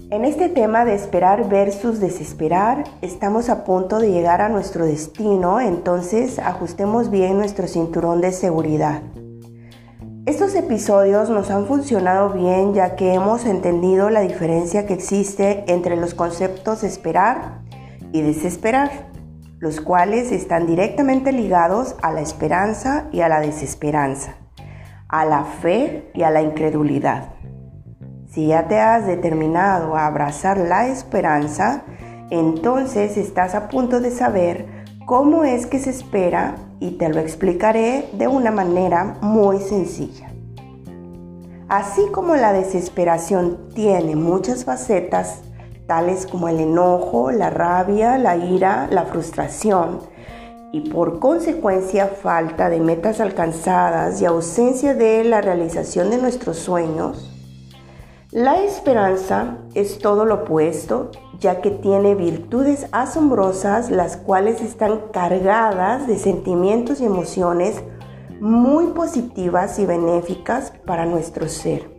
En este tema de esperar versus desesperar, estamos a punto de llegar a nuestro destino, entonces ajustemos bien nuestro cinturón de seguridad. Estos episodios nos han funcionado bien ya que hemos entendido la diferencia que existe entre los conceptos esperar y desesperar, los cuales están directamente ligados a la esperanza y a la desesperanza, a la fe y a la incredulidad. Si ya te has determinado a abrazar la esperanza, entonces estás a punto de saber cómo es que se espera y te lo explicaré de una manera muy sencilla. Así como la desesperación tiene muchas facetas, tales como el enojo, la rabia, la ira, la frustración y por consecuencia falta de metas alcanzadas y ausencia de la realización de nuestros sueños, la esperanza es todo lo opuesto, ya que tiene virtudes asombrosas, las cuales están cargadas de sentimientos y emociones muy positivas y benéficas para nuestro ser.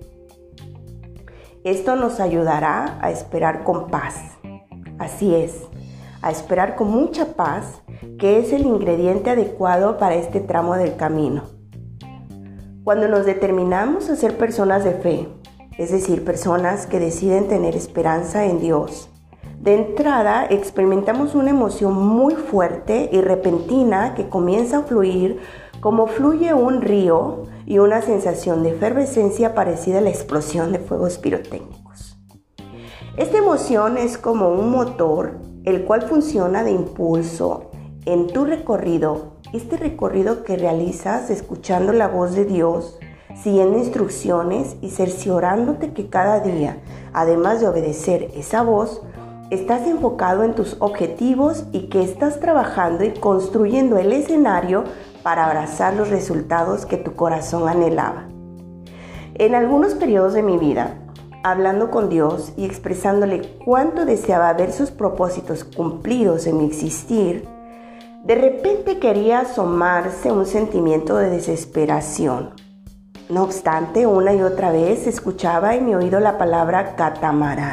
Esto nos ayudará a esperar con paz. Así es, a esperar con mucha paz, que es el ingrediente adecuado para este tramo del camino. Cuando nos determinamos a ser personas de fe, es decir, personas que deciden tener esperanza en Dios, de entrada experimentamos una emoción muy fuerte y repentina que comienza a fluir como fluye un río y una sensación de efervescencia parecida a la explosión de fuegos pirotécnicos. Esta emoción es como un motor, el cual funciona de impulso en tu recorrido, este recorrido que realizas escuchando la voz de Dios, siguiendo instrucciones y cerciorándote que cada día, además de obedecer esa voz, estás enfocado en tus objetivos y que estás trabajando y construyendo el escenario para abrazar los resultados que tu corazón anhelaba. En algunos periodos de mi vida, hablando con Dios y expresándole cuánto deseaba ver sus propósitos cumplidos en mi existir, de repente quería asomarse un sentimiento de desesperación. No obstante, una y otra vez escuchaba en mi oído la palabra catamarán.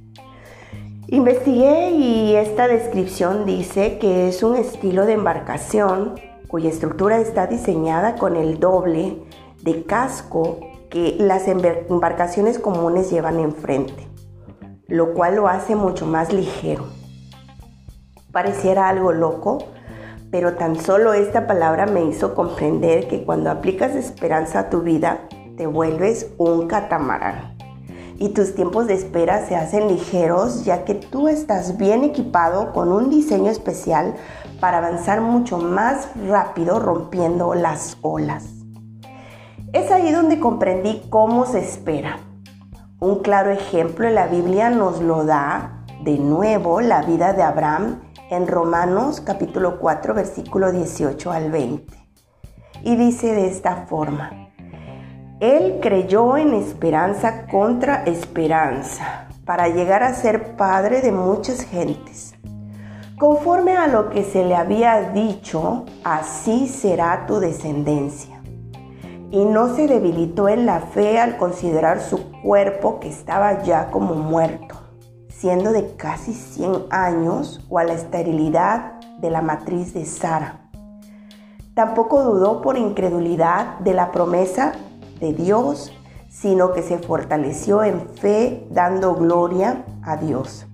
Investigué y esta descripción dice que es un estilo de embarcación cuya estructura está diseñada con el doble de casco que las embarcaciones comunes llevan enfrente, lo cual lo hace mucho más ligero. Pareciera algo loco, pero tan solo esta palabra me hizo comprender que cuando aplicas esperanza a tu vida, te vuelves un catamarán. Y tus tiempos de espera se hacen ligeros, ya que tú estás bien equipado con un diseño especial para avanzar mucho más rápido rompiendo las olas. Es ahí donde comprendí cómo se espera. Un claro ejemplo en la Biblia nos lo da de nuevo la vida de Abraham en Romanos capítulo 4, versículo 18 al 20. Y dice de esta forma: Él creyó en esperanza contra esperanza, para llegar a ser padre de muchas gentes. Conforme a lo que se le había dicho, así será tu descendencia. Y no se debilitó en la fe al considerar su cuerpo que estaba ya como muerto, siendo de casi 100 años o a la esterilidad de la matriz de Sara. Tampoco dudó por incredulidad de la promesa de Dios, sino que se fortaleció en fe dando gloria a Dios.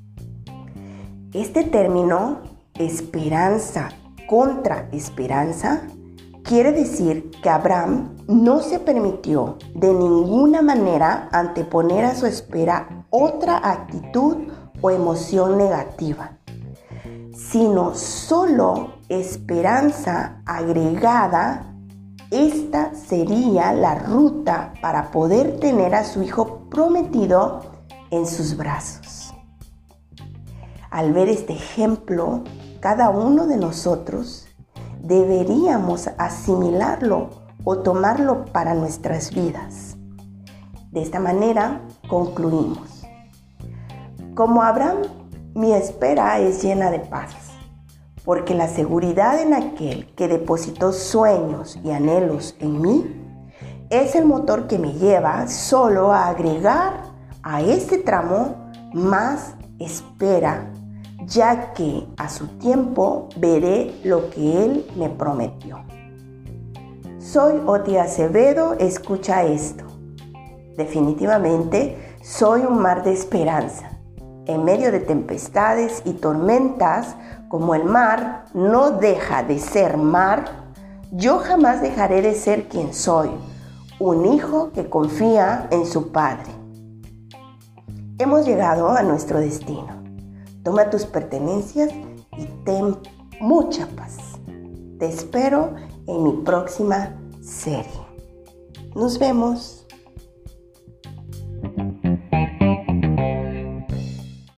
Este término, esperanza contra esperanza, quiere decir que Abraham no se permitió de ninguna manera anteponer a su espera otra actitud o emoción negativa, sino solo esperanza agregada. Esta sería la ruta para poder tener a su hijo prometido en sus brazos. Al ver este ejemplo, cada uno de nosotros deberíamos asimilarlo o tomarlo para nuestras vidas. De esta manera concluimos. Como Abraham, mi espera es llena de paz, porque la seguridad en aquel que depositó sueños y anhelos en mí es el motor que me lleva solo a agregar a este tramo Más espera, ya que a su tiempo veré lo que Él me prometió. Soy Oti Acevedo, escucha esto. Definitivamente soy un mar de esperanza. En medio de tempestades y tormentas, como el mar no deja de ser mar, yo jamás dejaré de ser quien soy, un hijo que confía en su Padre. Hemos llegado a nuestro destino. Toma tus pertenencias y ten mucha paz. Te espero en mi próxima serie. Nos vemos.